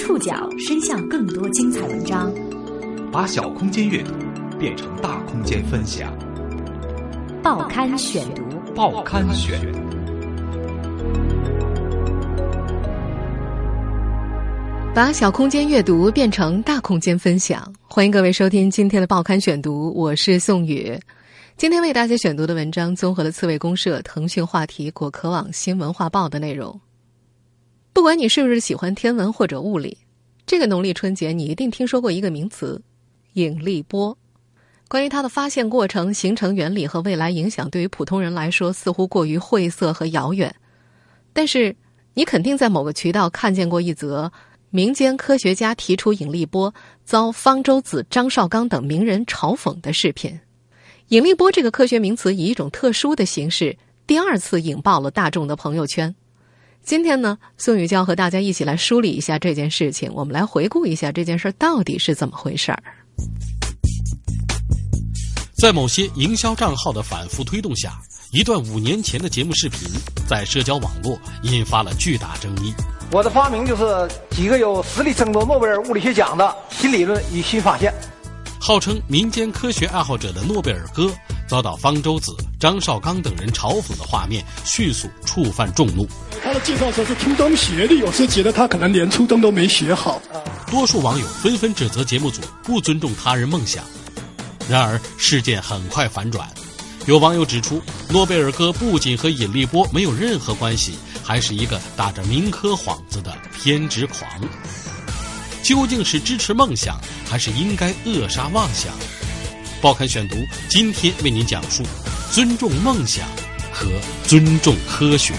触角伸向更多精彩文章， 把小空间阅读变成大空间分享。 报刊选读， 报刊选。 把小空间阅读变成大空间分享，欢迎各位收听今天的报刊选读，我是宋宇。今天为大家选读的文章综合了刺猬公社、腾讯话题、果壳网、新文化报的内容。不管你是不是喜欢天文或者物理，这个农历春节你一定听说过一个名词——引力波。关于它的发现过程、形成原理和未来影响，对于普通人来说似乎过于晦涩和遥远。但是你肯定在某个渠道看见过一则民间科学家提出引力波遭方舟子、张绍刚等名人嘲讽的视频。引力波这个科学名词以一种特殊的形式第二次引爆了大众的朋友圈。今天呢，宋宇就要和大家一起来梳理一下这件事情，我们来回顾一下这件事到底是怎么回事儿。 在某些营销账号的反复推动下，一段5年前的节目视频在社交网络引发了巨大争议。 我的发明就是几个有实力争夺诺贝尔物理学奖的新理论与新发现。 号称民间科学爱好者的诺贝尔哥遭到方舟子、张绍刚等人嘲讽的画面迅速触犯众怒。 他的介绍说是初中学历，我是觉得他可能连初中都没学好。 多数网友纷纷指责节目组不尊重他人梦想。然而事件很快反转，有网友指出，诺贝尔哥不仅和引力波没有任何关系，还是一个打着民科幌子的偏执狂。究竟是支持梦想，还是应该扼杀妄想？报刊选读今天为您讲述尊重梦想和尊重科学。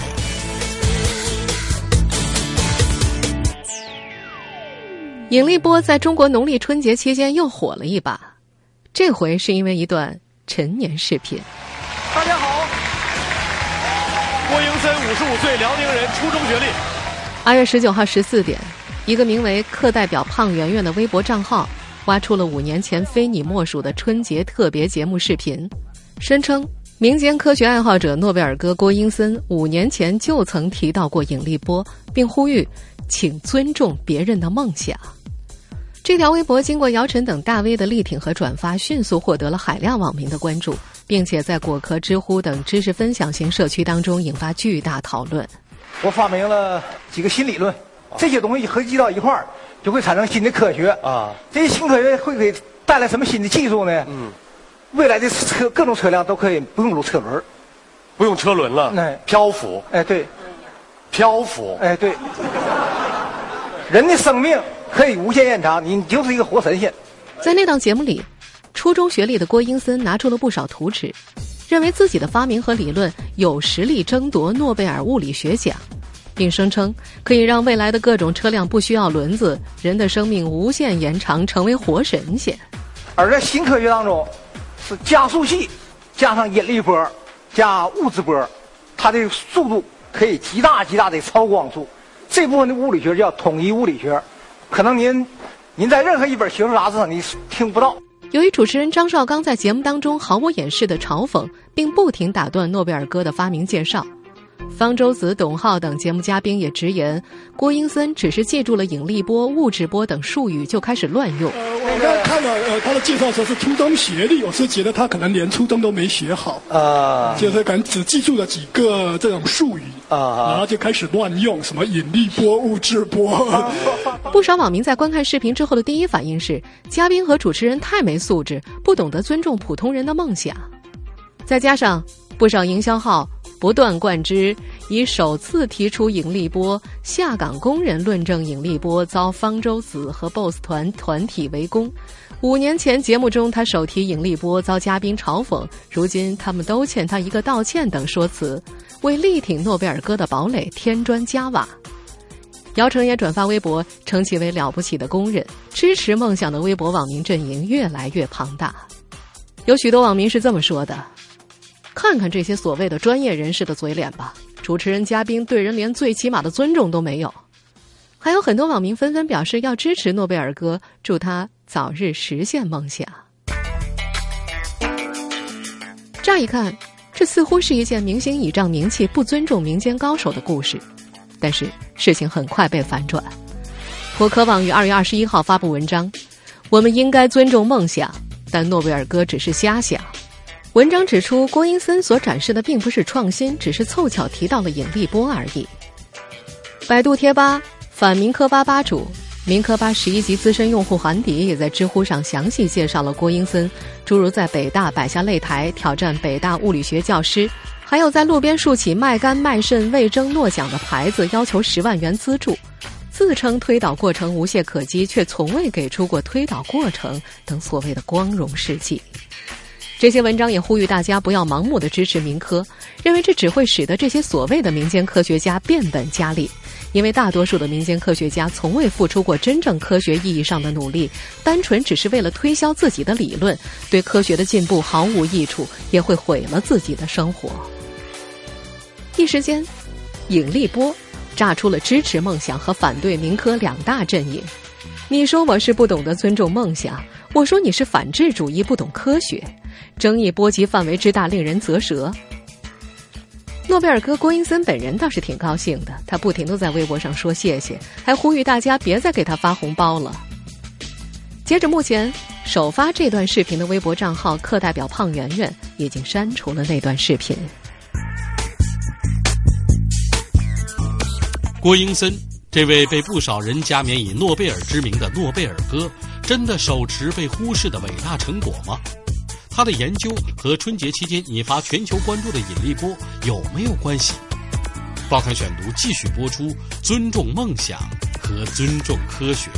引力波在中国农历春节期间又火了一把，这回是因为一段陈年视频。 大家好，郭英森55岁，辽宁人，初中学历。 2月19号14点，一个名为课代表胖圆圆的微博账号挖出了5年前非你莫属的春节特别节目视频，声称民间科学爱好者诺贝尔哥郭英森5年前就曾提到过引力波，并呼吁请尊重别人的梦想。这条微博经过姚晨等大 V 的力挺和转发，迅速获得了海量网民的关注，并且在果壳、知乎等知识分享型社区当中引发巨大讨论。 我发明了几个新理论，这些东西合计到一块儿，就会产生新的科学啊。这些新科学会给带来什么新的技术呢？未来的各种车辆都可以不用车轮， 不用车轮了，漂浮。 哎，对， 漂浮。 哎，对，人的生命可以无限延长，你就是一个活神仙。 在那档节目里，初中学历的郭英森拿出了不少图纸，认为自己的发明和理论有实力争夺诺贝尔物理学奖，并声称可以让未来的各种车辆不需要轮子，人的生命无限延长，成为活神仙。 而在新科学当中，是加速器加上引力波加物质波，它的速度可以极大的超光速。这部分的物理学叫统一物理学，可能您在任何一本学术杂志上你听不到。 由于主持人张绍刚在节目当中毫无掩饰的嘲讽，并不停打断诺贝尔哥的发明介绍，方舟子、董浩等节目嘉宾也直言，郭英森只是记住了引力波、物质波等术语就开始乱用。 我刚才看了他的介绍说是初中学历，我是觉得他可能连初中都没学好就是可能只记住了几个这种术语然后就开始乱用，什么引力波、物质波。 不少网民在观看视频之后的第一反应是，嘉宾和主持人太没素质，不懂得尊重普通人的梦想。再加上不少营销号不断灌之，以首次提出引力波、下岗工人论证引力波遭方舟子和 BOSS 团体围攻。5年前节目中他首提引力波遭嘉宾嘲讽，如今他们都欠他一个道歉等说辞，为力挺诺贝尔哥的堡垒添砖加瓦。姚晨也转发微博称其为了不起的工人，支持梦想的微博网民阵营越来越庞大。有许多网民是这么说的：看看这些所谓的专业人士的嘴脸吧，主持人嘉宾对人连最起码的尊重都没有。还有很多网民纷纷表示要支持诺贝尔哥，祝他早日实现梦想。乍一看，这似乎是一件明星倚仗名气不尊重民间高手的故事，但是事情很快被反转。 国科网于2月21号发布文章，我们应该尊重梦想，但诺贝尔歌只是瞎想。文章指出，郭英森所展示的并不是创新，只是凑巧提到了引力波而已。百度贴吧反明科吧吧主、明科吧11级资深用户韩迪也在知乎上详细介绍了郭英森诸如在北大摆下擂台挑战北大物理学教师，还有在路边竖起卖肝卖肾为争诺奖的牌子要求10万元资助，自称推导过程无懈可击，却从未给出过推导过程等所谓的光荣事迹。这些文章也呼吁大家不要盲目的支持民科，认为这只会使得这些所谓的民间科学家变本加厉，因为大多数的民间科学家从未付出过真正科学意义上的努力，单纯只是为了推销自己的理论，对科学的进步毫无益处，也会毁了自己的生活。一时间，引力波炸出了支持梦想和反对民科两大阵营。你说我是不懂得尊重梦想，我说你是反智主义不懂科学，争议波及范围之大，令人啧舌。诺贝尔哥郭英森本人倒是挺高兴的，他不停地在微博上说谢谢，还呼吁大家别再给他发红包了。截止目前，首发这段视频的微博账号课代表胖圆圆已经删除了那段视频。 郭英森这位被不少人加冕以诺贝尔之名的诺贝尔哥，真的手持被忽视的伟大成果吗？他的研究和春节期间引发全球关注的引力波有没有关系？报刊选读继续播出，尊重梦想和尊重科学。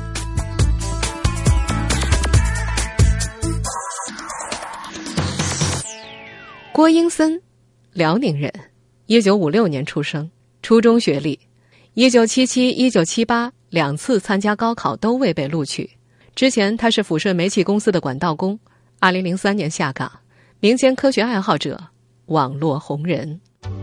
郭英森，辽宁人，1956年出生，初中学历，1977、1978两次参加高考都未被录取。之前他是抚顺煤气公司的管道工，2003年下岗，民间科学爱好者，网络红人。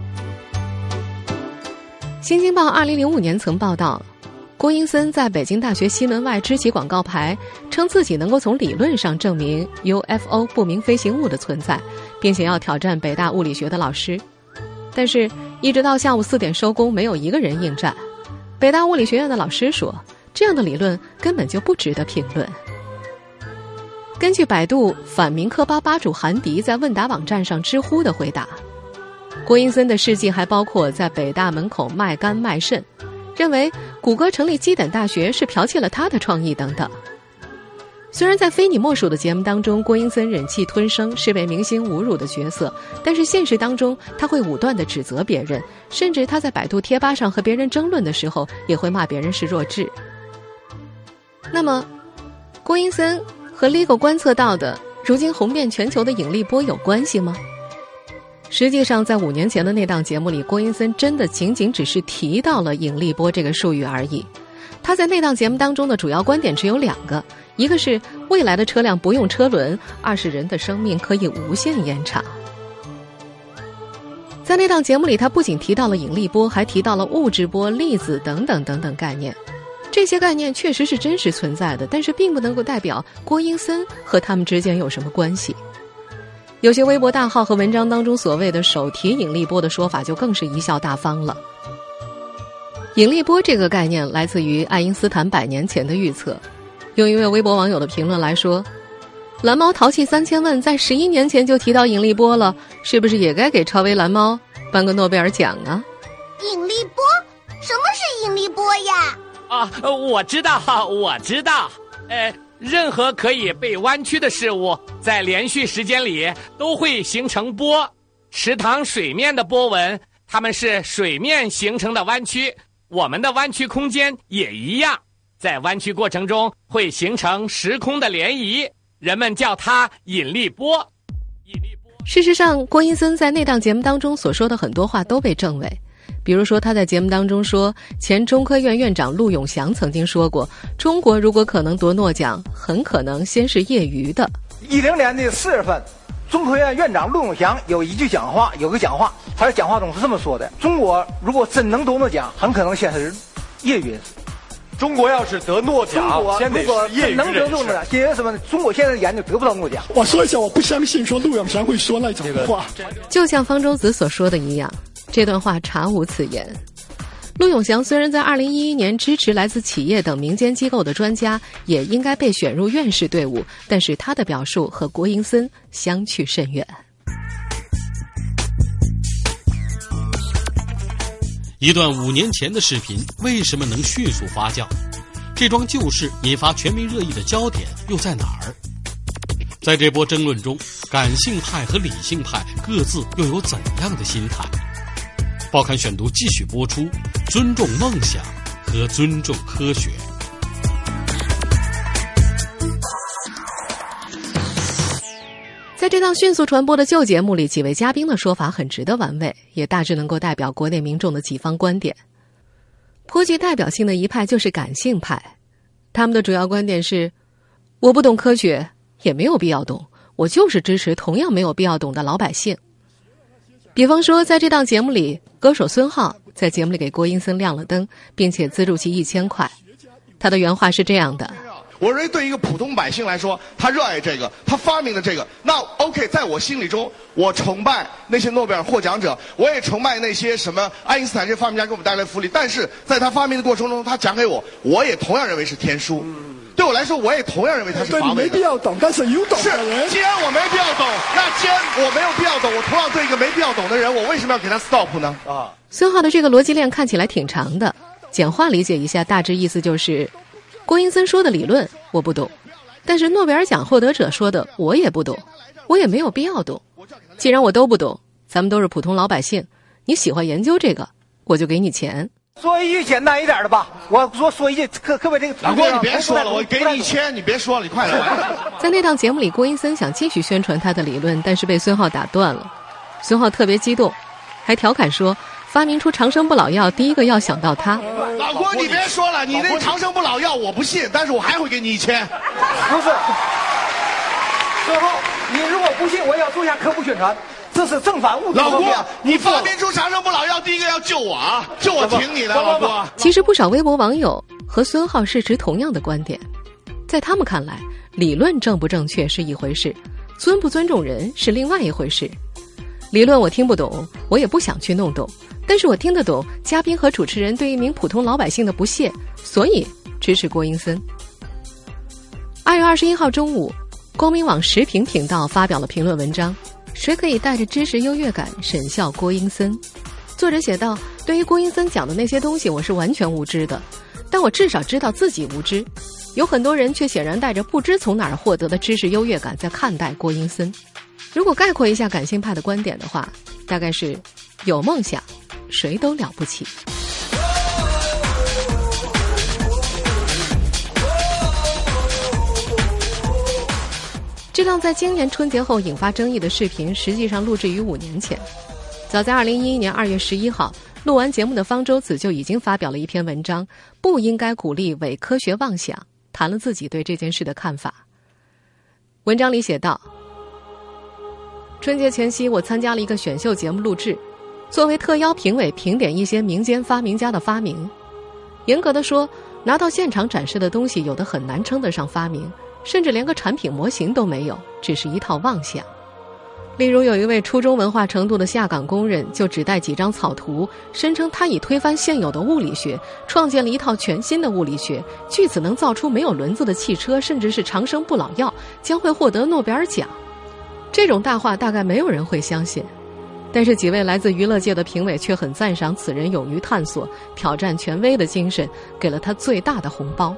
新京报2005年曾报道，郭英森在北京大学西门外支起广告牌，称自己能够从理论上证明 UFO 不明飞行物的存在，并且要挑战北大物理学的老师。但是一直到下午4点收工，没有一个人应战。北大物理学院的老师说，这样的理论根本就不值得评论。根据百度反明科吧吧主韩迪在问答网站上知乎的回答，郭英森的事迹还包括在北大门口卖肝卖肾，认为谷歌成立鸡胆大学是剽窃了他的创意等等。虽然在非你莫属的节目当中，郭英森忍气吞声，是被明星侮辱的角色，但是现实当中他会武断地指责别人，甚至他在百度贴吧上和别人争论的时候也会骂别人是弱智。那么郭英森和 LIGO 观测到的如今红遍全球的引力波有关系吗？实际上在5年前的那档节目里，郭英森真的仅仅只是提到了引力波这个术语而已。他在那档节目当中的主要观点只有2个，一个是未来的车辆不用车轮，二是人的生命可以无限延长。在那档节目里，他不仅提到了引力波，还提到了物质波、粒子等等等等概念。这些概念确实是真实存在的，但是并不能够代表郭英森和他们之间有什么关系。有些微博大号和文章当中所谓的手提引力波的说法就更是贻笑大方了。引力波这个概念来自于爱因斯坦100年前的预测。用一位微博网友的评论来说，蓝猫淘气3000问在11年前就提到引力波了，是不是也该给超威蓝猫颁个诺贝尔奖啊？ 引力波？什么是引力波呀？ 我知道。任何可以被弯曲的事物在连续时间里都会形成波。池塘水面的波纹，它们是水面形成的弯曲，我们的弯曲空间也一样，在弯曲过程中会形成时空的涟漪，人们叫它引力波。 事实上，郭英森在那档节目当中所说的很多话都被证伪。比如说，他在节目当中说，前中科院院长陆永祥曾经说过，中国如果可能夺诺奖，很可能先是业余的。 10年的4月份，中科院院长陆永祥有个讲话，他在讲话中是这么说的：中国如果真能夺诺奖，很可能先是业余人士。 中国要是得诺奖，先得是业余人士。能得诺奖，因为什么？中国现在的研究得不到诺奖。 我说一下，我不相信说陆永祥会说那种话。 就像方舟子所说的一样，这段话查无此言。 陆永祥虽然在2011年支持来自企业等民间机构的专家也应该被选入院士队伍，但是他的表述和郭英森相去甚远。 一段5年前的视频为什么能迅速发酵？这桩旧事引发全民热议的焦点又在哪儿？在这波争论中，感性派和理性派各自又有怎样的心态？报刊选读继续播出，尊重梦想和尊重科学。 在这档迅速传播的旧节目里，几位嘉宾的说法很值得玩味，也大致能够代表国内民众的几方观点。颇具代表性的一派就是感性派，他们的主要观点是：我不懂科学，也没有必要懂，我就是支持同样没有必要懂的老百姓。比方说，在这档节目里，歌手孙浩在节目里给郭英森亮了灯，并且资助其1000块。他的原话是这样的： 我认为对一个普通百姓来说，他热爱这个，他发明了这个，那 OK， 在我心里中，我崇拜那些诺贝尔获奖者，我也崇拜那些什么爱因斯坦这些发明家给我们带来福利，但是在他发明的过程中，他讲给我，我也同样认为是天书。对我来说，我也同样认为他是乏味的。 对，你没必要懂，但是有懂的人。 既然我没必要懂，那既然我没有必要懂，我同样对一个没必要懂的人，我为什么要给他 stop 呢？ 孙浩的这个逻辑链看起来挺长的，简化理解一下，大致意思就是：郭英森说的理论我不懂，但是诺贝尔奖获得者说的我也不懂，我也没有必要懂。既然我都不懂，咱们都是普通老百姓，你喜欢研究这个，我就给你钱。 说一句简单一点的吧，我说一句可别这个。 老郭，你别说了，我给你1000，你别说了，你快点。 在那档节目里，郭英森想继续宣传他的理论，但是被孙浩打断了。孙浩特别激动，还调侃说：发明出长生不老药，第一个要想到他。 老郭，你别说了，你那长生不老药我不信，但是我还会给你1000。 不是，孙浩，你如果不信，我也要做一下科普宣传。这是正反物质。 老郭，你发明出长生不老药，第一个要救我啊！救我挺你的，老郭。 其实不少微博网友和孙浩是持同样的观点，在他们看来，理论正不正确是一回事，尊不尊重人是另外一回事。理论我听不懂，我也不想去弄懂，但是我听得懂嘉宾和主持人对一名普通老百姓的不屑，所以支持郭英森。2月21号中午，光明网时评频道发表了评论文章，谁可以带着知识优越感审笑郭英森？作者写道：对于郭英森讲的那些东西，我是完全无知的，但我至少知道自己无知。有很多人却显然带着不知从哪儿获得的知识优越感在看待郭英森。如果概括一下感性派的观点的话，大概是有梦想，谁都了不起。这档在今年春节后引发争议的视频，实际上录制于5年前。早在2011年2月11号，录完节目的方舟子就已经发表了一篇文章，不应该鼓励伪科学妄想，谈了自己对这件事的看法。文章里写道：春节前夕，我参加了一个选秀节目录制，作为特邀评委评点一些民间发明家的发明。严格的说，拿到现场展示的东西有的很难称得上发明，甚至连个产品模型都没有，只是一套妄想。例如有一位初中文化程度的下岗工人，就只带几张草图，声称他已推翻现有的物理学，创建了一套全新的物理学，据此能造出没有轮子的汽车，甚至是长生不老药，将会获得诺贝尔奖。这种大话大概没有人会相信，但是几位来自娱乐界的评委却很赞赏此人勇于探索、挑战权威的精神，给了他最大的红包。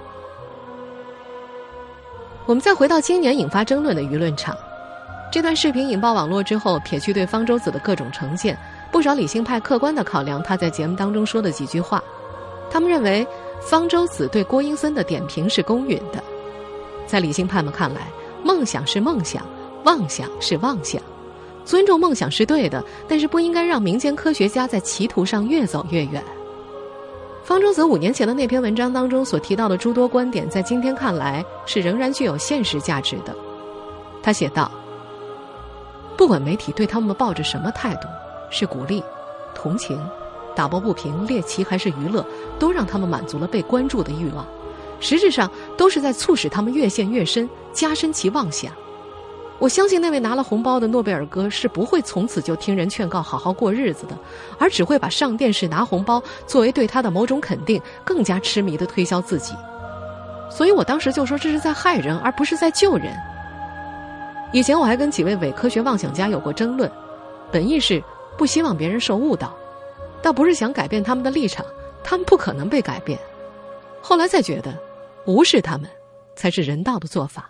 我们再回到今年引发争论的舆论场，这段视频引爆网络之后，撇去对方舟子的各种成见，不少理性派客观地考量他在节目当中说的几句话。他们认为方舟子对郭英森的点评是公允的。在理性派们看来，梦想是梦想，妄想是妄想，尊重梦想是对的，但是不应该让民间科学家在歧途上越走越远。方舟子5年前的那篇文章当中所提到的诸多观点，在今天看来是仍然具有现实价值的。他写道：不管媒体对他们抱着什么态度，是鼓励、同情、打抱不平、猎奇还是娱乐，都让他们满足了被关注的欲望，实质上都是在促使他们越陷越深，加深其妄想。 我相信那位拿了红包的诺贝尔哥是不会从此就听人劝告好好过日子的，而只会把上电视拿红包作为对他的某种肯定，更加痴迷地推销自己。所以我当时就说这是在害人，而不是在救人。以前我还跟几位伪科学妄想家有过争论，本意是不希望别人受误导，倒不是想改变他们的立场，他们不可能被改变。后来才觉得无视他们才是人道的做法。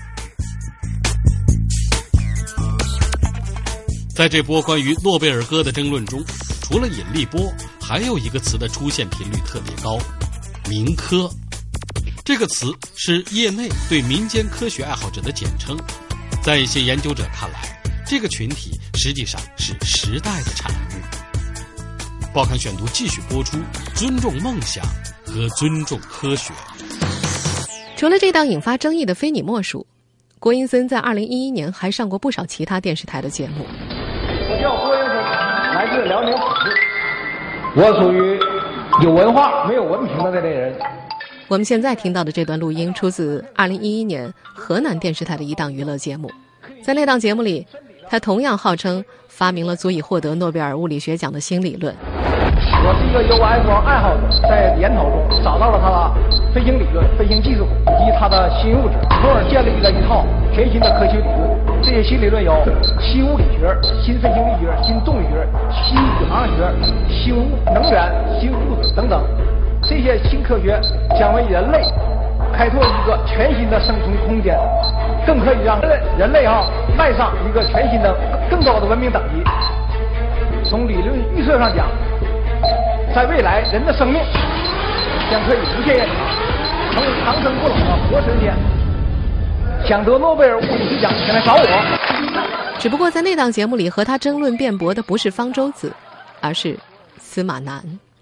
在这波关于诺贝尔哥的争论中，除了引力波，还有一个词的出现频率特别高，民科。这个词是业内对民间科学爱好者的简称，在一些研究者看来，这个群体实际上是时代的产物。报刊选读继续播出，尊重梦想和尊重科学。 除了这档引发争议的非你莫属，郭英森在2011年还上过不少其他电视台的节目。 我叫郭英森，来自辽宁普市，我属于有文化没有文凭的那类人。 我们现在听到的这段录音出自2011年河南电视台的一档娱乐节目。在那档节目里，他同样号称发明了足以获得诺贝尔物理学奖的新理论。 我是一个 UFO 爱好者，在研讨中找到了他的飞行理论、飞行技术以及他的新物质，从而建立了一套全新的科学理论。这些新理论有新物理学、新飞行力学、新动力学、新宇航学、新能源、新物质等等。这些新科学将为人类开拓一个全新的生存空间，更可以让人类迈上一个全新的更高的文明等级。从理论预测上讲，在未来人的生命将可以无限延长，成为长生不老的活神仙。想得诺贝尔物理学奖，请来找我。 只不过在那档节目里，和他争论辩驳的不是方舟子，而是司马南。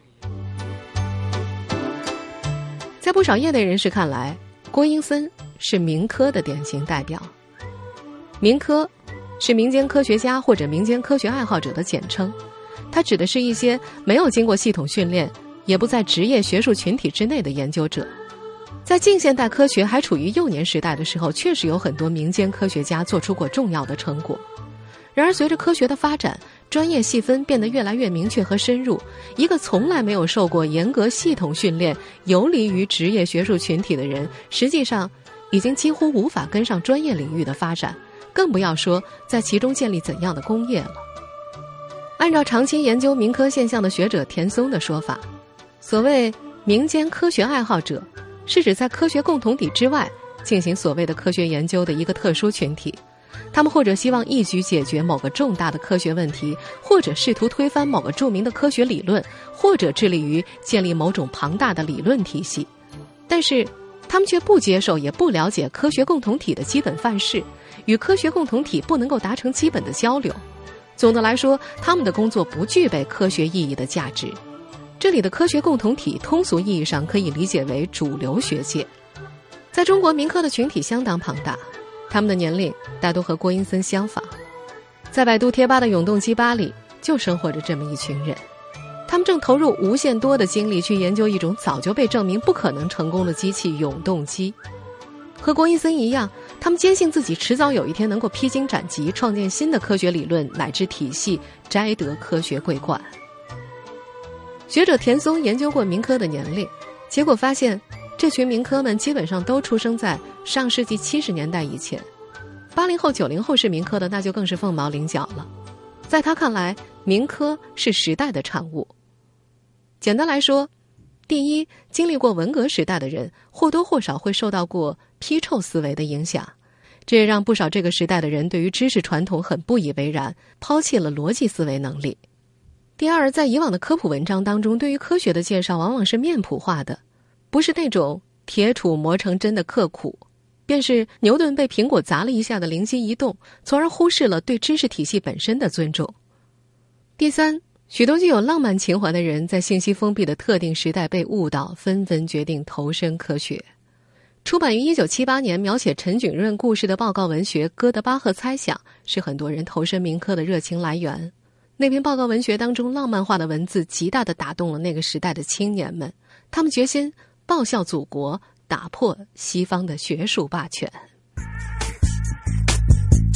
在不少业内人士看来，郭英森是民科的典型代表。民科是民间科学家或者民间科学爱好者的简称，它指的是一些没有经过系统训练，也不在职业学术群体之内的研究者。在近现代科学还处于幼年时代的时候，确实有很多民间科学家做出过重要的成果。然而随着科学的发展，专业细分变得越来越明确和深入，一个从来没有受过严格系统训练、游离于职业学术群体的人，实际上已经几乎无法跟上专业领域的发展，更不要说在其中建立怎样的工业了。按照长期研究民科现象的学者田松的说法，所谓民间科学爱好者，是指在科学共同体之外进行所谓的科学研究的一个特殊群体。他们或者希望一举解决某个重大的科学问题，或者试图推翻某个著名的科学理论，或者致力于建立某种庞大的理论体系。但是他们却不接受也不了解科学共同体的基本范式，与科学共同体不能够达成基本的交流。总的来说，他们的工作不具备科学意义的价值。这里的科学共同体通俗意义上可以理解为主流学界。在中国民科的群体相当庞大，他们的年龄大多和郭英森相仿。在百度贴吧的永动机吧里就生活着这么一群人，他们正投入无限多的精力去研究一种早就被证明不可能成功的机器——永动机。和郭英森一样，他们坚信自己迟早有一天能够披荆斩棘，创建新的科学理论乃至体系，摘得科学桂冠。学者田松研究过民科的年龄，结果发现这群民科们基本上都出生在上世纪70年代以前。80后、90后是民科的，那就更是凤毛麟角了。在他看来，民科是时代的产物。简单来说，第一，经历过文革时代的人或多或少会受到过批臭思维的影响，这也让不少这个时代的人对于知识传统很不以为然，抛弃了逻辑思维能力。第二，在以往的科普文章当中，对于科学的介绍往往是面谱化的，不是那种铁杵磨成针的刻苦，便是牛顿被苹果砸了一下的灵机一动，从而忽视了对知识体系本身的尊重。第三，许多具有浪漫情怀的人在信息封闭的特定时代被误导，纷纷决定投身科学。出版于1978年描写陈景润故事的报告文学《哥德巴赫猜想》是很多人投身民科的热情来源。那篇报告文学当中浪漫化的文字极大地打动了那个时代的青年们，他们决心报效祖国，打破西方的学术霸权。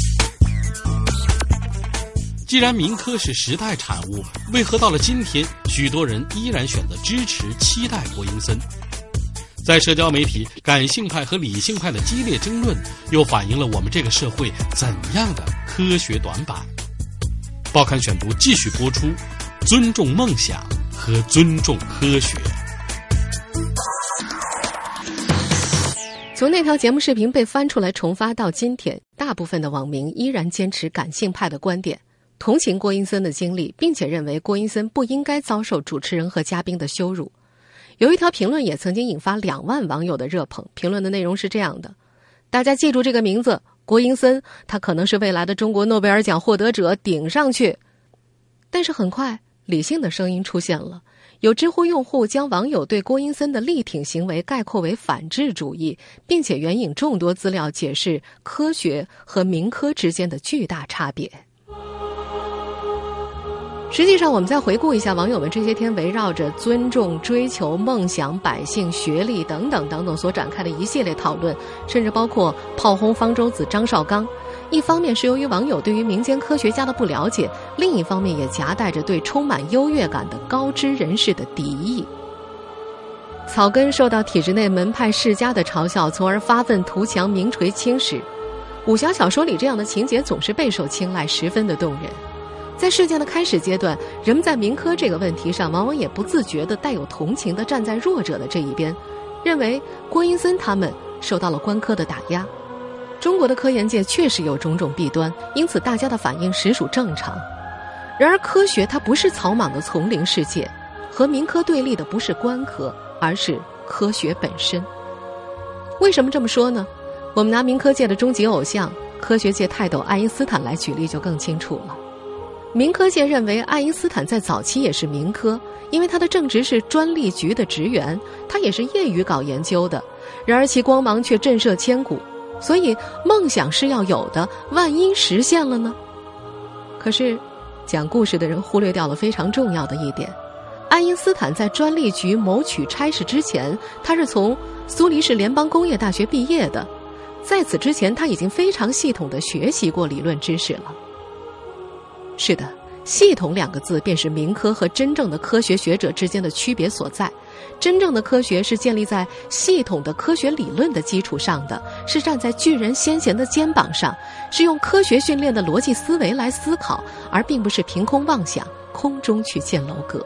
既然民科是时代产物，为何到了今天，许多人依然选择支持、期待郭英森？在社交媒体，感性派和理性派的激烈争论，又反映了我们这个社会怎样的科学短板？报刊选读继续播出，尊重梦想和尊重科学。 从那条节目视频被翻出来重发到今天，大部分的网民依然坚持感性派的观点，同情郭英森的经历，并且认为郭英森不应该遭受主持人和嘉宾的羞辱。有一条评论也曾经引发2万网友的热捧，评论的内容是这样的：大家记住这个名字，郭英森，他可能是未来的中国诺贝尔奖获得者，顶上去。但是很快，理性的声音出现了。有知乎用户将网友对郭英森的力挺行为概括为反智主义，并且援引众多资料解释科学和民科之间的巨大差别。实际上，我们再回顾一下网友们这些天围绕着尊重、追求、梦想、百姓、学历等等所展开的一系列讨论，甚至包括炮轰方舟子张绍刚。一方面是由于网友对于民间科学家的不了解，另一方面也夹带着对充满优越感的高知人士的敌意。草根受到体制内门派世家的嘲笑，从而发愤图强，名垂青史。武侠小说里这样的情节总是备受青睐，十分的动人。在事件的开始阶段，人们在民科这个问题上往往也不自觉地带有同情地站在弱者的这一边，认为郭英森他们受到了官科的打压。中国的科研界确实有种种弊端，因此大家的反应实属正常。然而科学它不是草莽的丛林世界，和民科对立的不是官科，而是科学本身。为什么这么说呢？我们拿民科界的终极偶像、科学界泰斗爱因斯坦来举例就更清楚了。民科界认为爱因斯坦在早期也是民科，因为他的正职是专利局的职员，他也是业余搞研究的，然而其光芒却震慑千古。所以梦想是要有的，万一实现了呢？可是讲故事的人忽略掉了非常重要的一点，爱因斯坦在专利局谋取差事之前，他是从苏黎世联邦工业大学毕业的，在此之前他已经非常系统地学习过理论知识了。是的，系统2个字便是民科和真正的科学学者之间的区别所在。真正的科学是建立在系统的科学理论的基础上的，是站在巨人先贤的肩膀上，是用科学训练的逻辑思维来思考，而并不是凭空妄想，空中去建楼阁。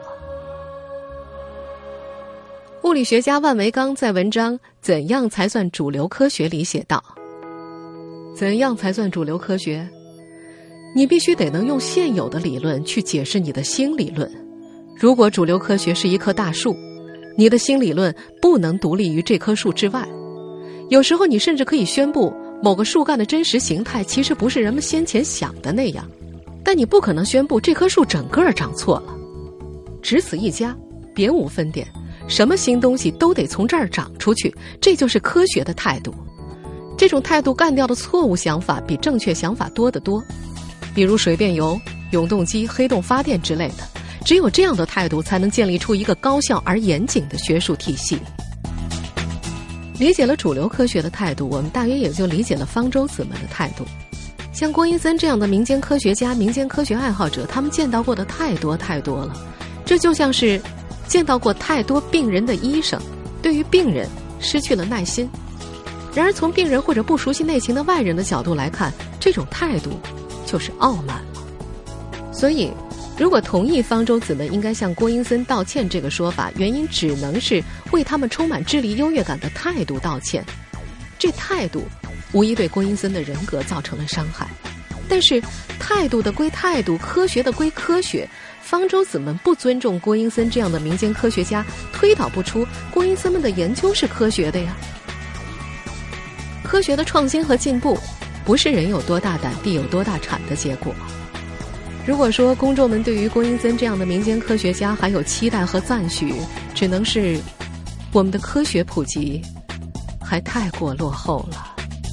物理学家万维钢在文章《怎样才算主流科学》里写道：怎样才算主流科学？你必须得能用现有的理论去解释你的新理论。如果主流科学是一棵大树，你的新理论不能独立于这棵树之外。有时候你甚至可以宣布某个树干的真实形态其实不是人们先前想的那样，但你不可能宣布这棵树整个长错了。只此一家，别无分店，什么新东西都得从这儿长出去，这就是科学的态度。这种态度干掉的错误想法比正确想法多得多，比如水变油、永动机、黑洞发电之类的。只有这样的态度才能建立出一个高效而严谨的学术体系。理解了主流科学的态度，我们大约也就理解了方舟子们的态度。像郭英森这样的民间科学家、民间科学爱好者，他们见到过的太多了。这就像是见到过太多病人的医生，对于病人失去了耐心。然而从病人或者不熟悉内情的外人的角度来看，这种态度就是傲慢了。所以如果同意方舟子们应该向郭英森道歉这个说法，原因只能是为他们充满智力优越感的态度道歉。这态度无疑对郭英森的人格造成了伤害。但是态度的归态度，科学的归科学，方舟子们不尊重郭英森这样的民间科学家，推导不出郭英森们的研究是科学的呀。科学的创新和进步不是人有多大胆地有多大产的结果。如果说公众们对于郭英森这样的民间科学家还有期待和赞许，只能是我们的科学普及还太过落后了。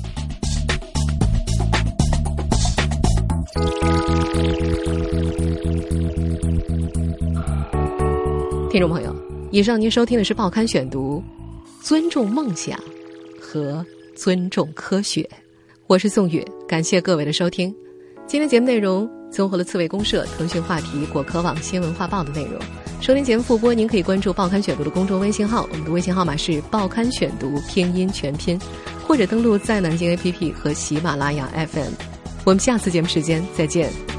听众朋友，以上您收听的是报刊选读，尊重梦想和尊重科学，我是宋宇，感谢各位的收听。今天节目内容综合了刺猬公社、腾讯话题、果壳网、新闻画报的内容。收听节目复播，您可以关注报刊选读的公众微信号，我们的微信号码是报刊选读拼音全拼，或者登录在南京 APP 和喜马拉雅 FM。我们下次节目时间再见。